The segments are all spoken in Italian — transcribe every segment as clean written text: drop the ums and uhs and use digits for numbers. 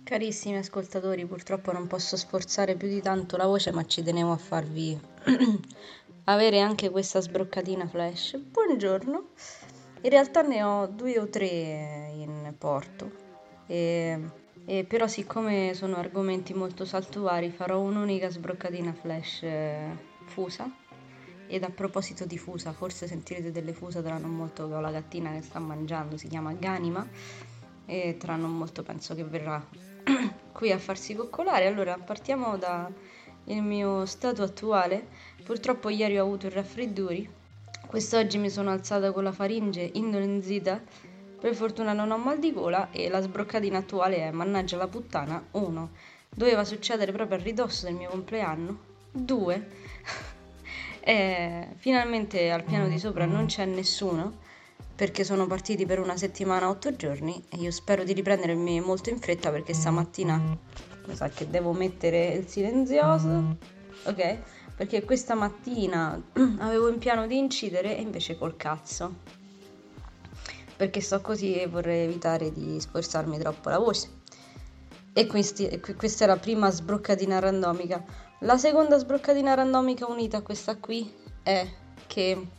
Carissimi ascoltatori, purtroppo non posso sforzare più di tanto la voce, ma ci tenevo a farvi avere anche questa sbroccatina flash. Buongiorno, in realtà ne ho 2 o 3 in porto, e, però siccome sono argomenti molto saltuari farò un'unica sbroccatina flash fusa. Ed a proposito di fusa, forse sentirete delle fusa tra non molto, che ho la gattina che sta mangiando, si chiama Ganima, e tra non molto penso che verrà qui a farsi coccolare. Allora, partiamo dal mio stato attuale. Purtroppo ieri ho avuto i raffreddori, quest'oggi mi sono alzata con la faringe indolenzita, per fortuna non ho mal di gola e la sbroccatina attuale è, mannaggia la puttana, 1. Doveva succedere proprio a ridosso del mio compleanno. 2. Finalmente al piano di sopra non c'è nessuno, perché sono partiti per una settimana, 8 giorni, e io spero di riprendermi molto in fretta perché stamattina mi sa che devo mettere il silenzioso, ok? Perché questa mattina avevo in piano di incidere e invece col cazzo, perché sto così e vorrei evitare di sforzarmi troppo la voce. E questa è la prima sbroccatina randomica. La seconda sbroccatina randomica unita a questa qui è che,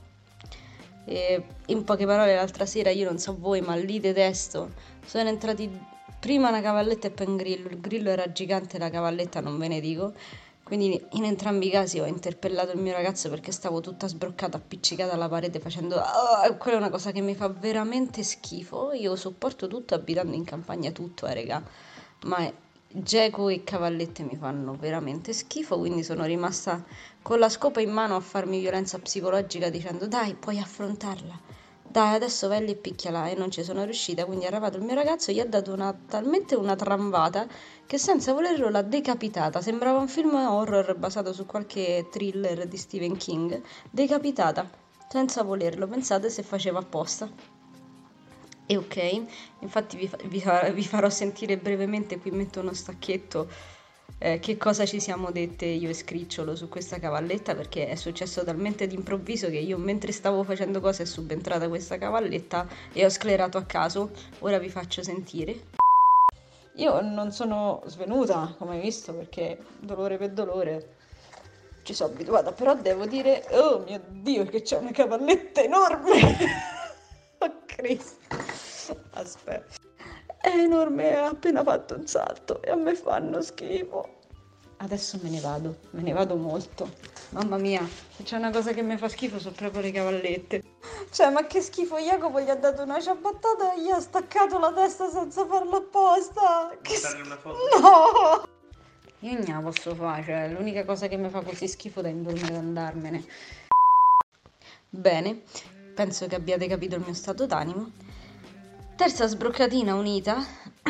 in poche parole, l'altra sera, io non so voi, ma li detesto, sono entrati prima una cavalletta e poi un grillo. Il grillo era gigante, la cavalletta non ve ne dico. Quindi in entrambi i casi ho interpellato il mio ragazzo perché stavo tutta sbroccata, appiccicata alla parete facendo quella è una cosa che mi fa veramente schifo. Io sopporto tutto abitando in campagna, tutto, regà, ma geco e cavallette mi fanno veramente schifo, quindi sono rimasta con la scopa in mano a farmi violenza psicologica dicendo dai, puoi affrontarla. Dai, adesso vai lì e picchiala, e non ci sono riuscita, quindi è arrivato il mio ragazzo, gli ha dato talmente una tramvata che senza volerlo l'ha decapitata. Sembrava un film horror basato su qualche thriller di Stephen King. Decapitata, senza volerlo, pensate se faceva apposta. E ok, infatti vi farò sentire brevemente, qui metto uno stacchetto, che cosa ci siamo dette io e Scricciolo su questa cavalletta, perché è successo talmente d'improvviso che io mentre stavo facendo cose è subentrata questa cavalletta e ho sclerato a caso. Ora vi faccio sentire. Io non sono svenuta, come hai visto, perché dolore per dolore ci sono abituata, però devo dire, oh mio Dio, che c'è una cavalletta enorme! Oh Cristo! Aspetta. È enorme, ha appena fatto un salto e a me fanno schifo. Adesso me ne vado molto. Mamma mia, se c'è una cosa che mi fa schifo sono proprio le cavallette. Cioè, ma che schifo, Jacopo gli ha dato una ciabattata e gli ha staccato la testa senza farlo apposta. Che schifo. No! Io non la posso fare, cioè, l'unica cosa che mi fa così schifo da indurmi ad andarmene. Bene, penso che abbiate capito il mio stato d'animo. Terza sbroccatina unita.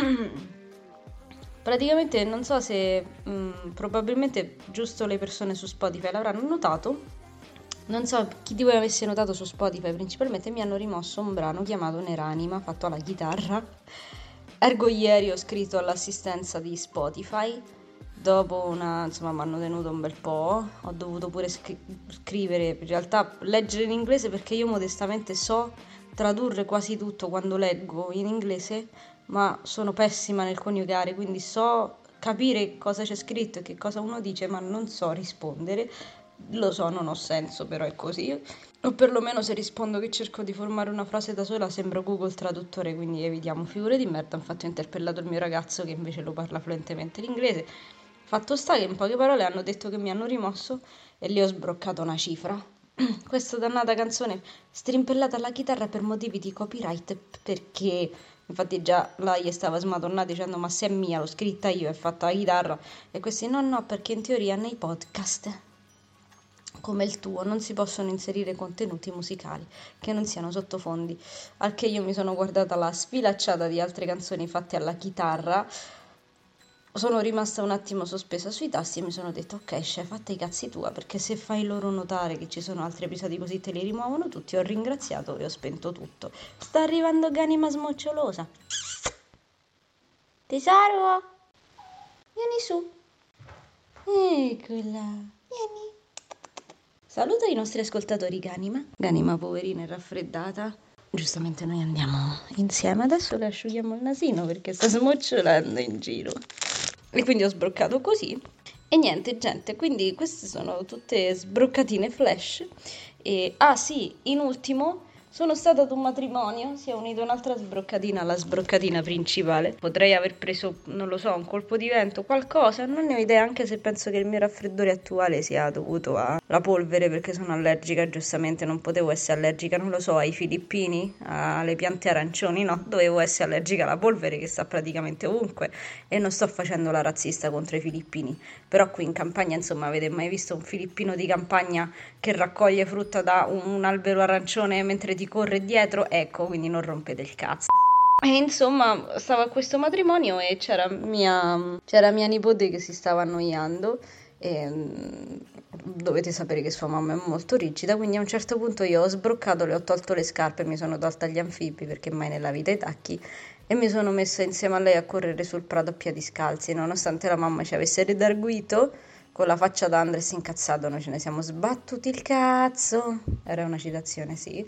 Praticamente non so se probabilmente giusto le persone su Spotify l'avranno notato. Non so chi di voi avesse notato su Spotify, principalmente mi hanno rimosso un brano chiamato Neranima, fatto alla chitarra. Ergo ieri ho scritto all'assistenza di Spotify, dopo insomma mi hanno tenuto un bel po', ho dovuto pure scrivere, in realtà leggere in inglese perché io modestamente so tradurre quasi tutto quando leggo in inglese, ma sono pessima nel coniugare, quindi so capire cosa c'è scritto e che cosa uno dice, ma non so rispondere. Lo so, non ho senso, però è così. O perlomeno se rispondo che cerco di formare una frase da sola sembro Google Traduttore, quindi evitiamo figure di merda. Infatti ho interpellato il mio ragazzo che invece lo parla fluentemente l'inglese. Fatto sta che in poche parole hanno detto che mi hanno rimosso e lì ho sbroccato una cifra. Questa dannata canzone strimpellata alla chitarra per motivi di copyright, perché infatti già là gli stava smadonnata dicendo ma se è mia l'ho scritta io e fatta la chitarra, e questi no, perché in teoria nei podcast come il tuo non si possono inserire contenuti musicali che non siano sottofondi, al che io mi sono guardata la sfilacciata di altre canzoni fatte alla chitarra, sono rimasta un attimo sospesa sui tasti e mi sono detta ok, chef, fate i cazzi tua, perché se fai loro notare che ci sono altri episodi così te li rimuovono tutti. Ho ringraziato e ho spento tutto. Sta arrivando Ganima smocciolosa. Tesoro, vieni su. Eccola, vieni. Saluta i nostri ascoltatori, Ganima. Ganima, poverina, è raffreddata. Giustamente noi andiamo insieme, adesso le asciughiamo il nasino perché sta smocciolando in giro. E quindi ho sbroccato così. E niente, gente, quindi queste sono tutte sbroccatine flash. E, ah sì, in ultimo sono stata ad un matrimonio, si è unita un'altra sbroccatina alla sbroccatina principale. Potrei aver preso, non lo so, un colpo di vento, qualcosa, non ne ho idea, anche se penso che il mio raffreddore attuale sia dovuto alla polvere, perché sono allergica, giustamente non potevo essere allergica, non lo so, ai filippini, alle piante arancioni, no, dovevo essere allergica alla polvere che sta praticamente ovunque e non sto facendo la razzista contro i filippini, però qui in campagna, insomma, avete mai visto un filippino di campagna che raccoglie frutta da un albero arancione mentre ti corre dietro? Ecco, quindi non rompete il cazzo. E insomma, stavo a questo matrimonio e c'era mia nipote che si stava annoiando e dovete sapere che sua mamma è molto rigida, quindi a un certo punto io ho sbroccato, le ho tolto le scarpe, mi sono tolta gli anfibi perché mai nella vita i tacchi e mi sono messa insieme a lei a correre sul prato a piedi scalzi, nonostante la mamma ci avesse redarguito con la faccia da Andres incazzato, noi ce ne siamo sbattuti il cazzo, era una citazione, sì.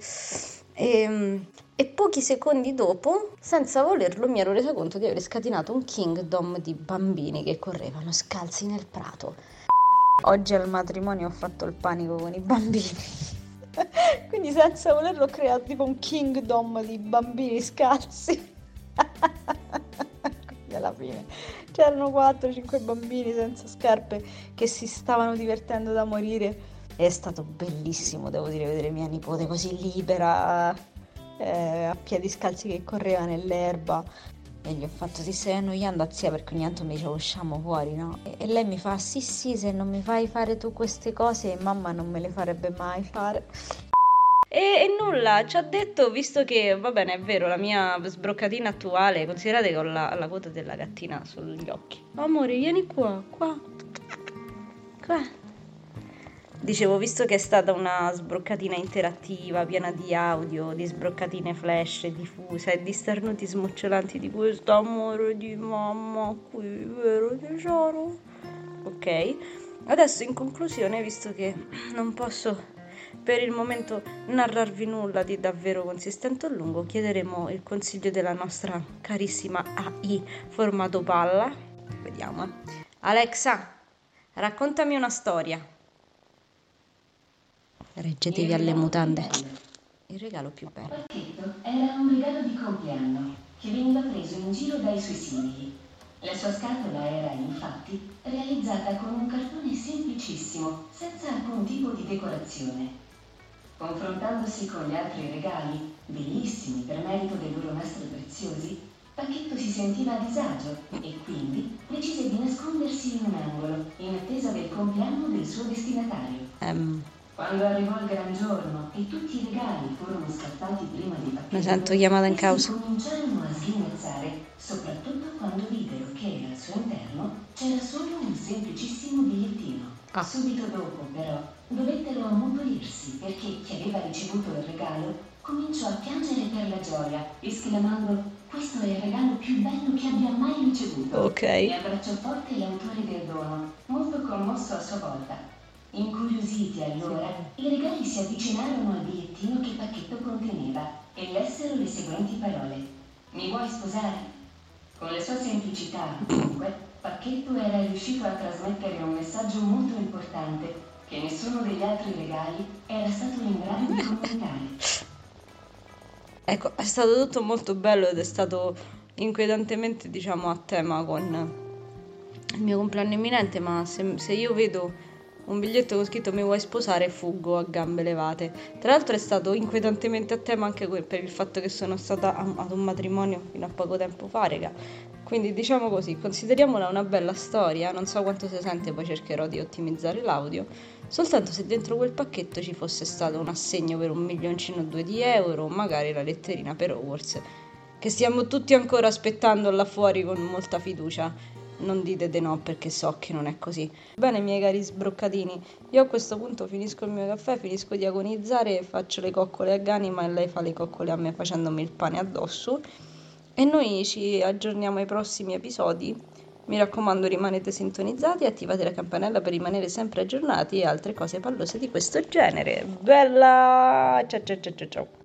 E pochi secondi dopo, senza volerlo, mi ero resa conto di aver scatenato un kingdom di bambini che correvano scalzi nel prato. Oggi al matrimonio ho fatto il panico con i bambini. Quindi senza volerlo ho creato tipo un kingdom di bambini scalzi. Quindi alla fine c'erano 4-5 bambini senza scarpe che si stavano divertendo da morire. È stato bellissimo, devo dire, vedere mia nipote così libera, a piedi scalzi che correva nell'erba. E gli ho fatto, ti stai annoiando, zia, perché ogni tanto mi dicevo usciamo fuori, no? E lei mi fa, sì sì, se non mi fai fare tu queste cose, mamma non me le farebbe mai fare. E nulla, ci ha detto, visto che, va bene, è vero, la mia sbroccatina attuale, considerate che ho la coda della gattina sugli occhi. Amore, vieni qua, qua. Dicevo, visto che è stata una sbroccatina interattiva, piena di audio, di sbroccatine flash diffuse e di starnuti smocciolanti di questo amore di mamma qui, vero tesoro? Ok, adesso in conclusione, visto che non posso per il momento narrarvi nulla di davvero consistente o lungo, chiederemo il consiglio della nostra carissima AI formato palla. Vediamo. Alexa, raccontami una storia. Reggetevi alle mutande. Il regalo più bello. Il pacchetto era un regalo di compleanno che veniva preso in giro dai suoi simili. La sua scatola era, infatti, realizzata con un cartone semplicissimo, senza alcun tipo di decorazione. Confrontandosi con gli altri regali, bellissimi per merito dei loro nastri preziosi, Pacchetto si sentiva a disagio e quindi decise di nascondersi in un angolo, in attesa del compleanno del suo destinatario. Quando arrivò il gran giorno e tutti i regali furono scattati prima di Pacchetto, mi sento chiamata in causa. Cominciarono a sghignazzare, soprattutto quando videro che al suo interno c'era solo un semplicissimo bigliettino. Subito dopo, però, dovettero ammutolirsi perché chi aveva ricevuto il regalo cominciò a piangere per la gioia, esclamando: questo è il regalo più bello che abbia mai ricevuto. Ok. E abbracciò forte l'autore del dono, molto commosso a sua volta. Incuriositi allora, i regali si avvicinarono al bigliettino che Pacchetto conteneva e lessero le seguenti parole: mi vuoi sposare? Con la sua semplicità, dunque, Pacchetto era riuscito a trasmettere un messaggio molto importante che nessuno degli altri regali era stato in grado di comunicare. Ecco, è stato tutto molto bello ed è stato inquietantemente, diciamo, a tema con il mio compleanno imminente, ma se io vedo un biglietto con scritto mi vuoi sposare, fuggo a gambe levate. Tra l'altro è stato inquietantemente a tema anche per il fatto che sono stata ad un matrimonio fino a poco tempo fa, raga. Quindi diciamo così, consideriamola una bella storia, non so quanto si sente, poi cercherò di ottimizzare l'audio. Soltanto se dentro quel pacchetto ci fosse stato un assegno per 1,2 milioni di euro, magari la letterina per Hogwarts, che stiamo tutti ancora aspettando là fuori con molta fiducia. Non dite di no perché so che non è così. Bene, miei cari sbroccatini, io a questo punto finisco il mio caffè, finisco di agonizzare e faccio le coccole a Ganima e lei fa le coccole a me facendomi il pane addosso. E noi ci aggiorniamo ai prossimi episodi. Mi raccomando, rimanete sintonizzati, attivate la campanella per rimanere sempre aggiornati e altre cose pallose di questo genere. Bella! Ciao ciao ciao ciao ciao.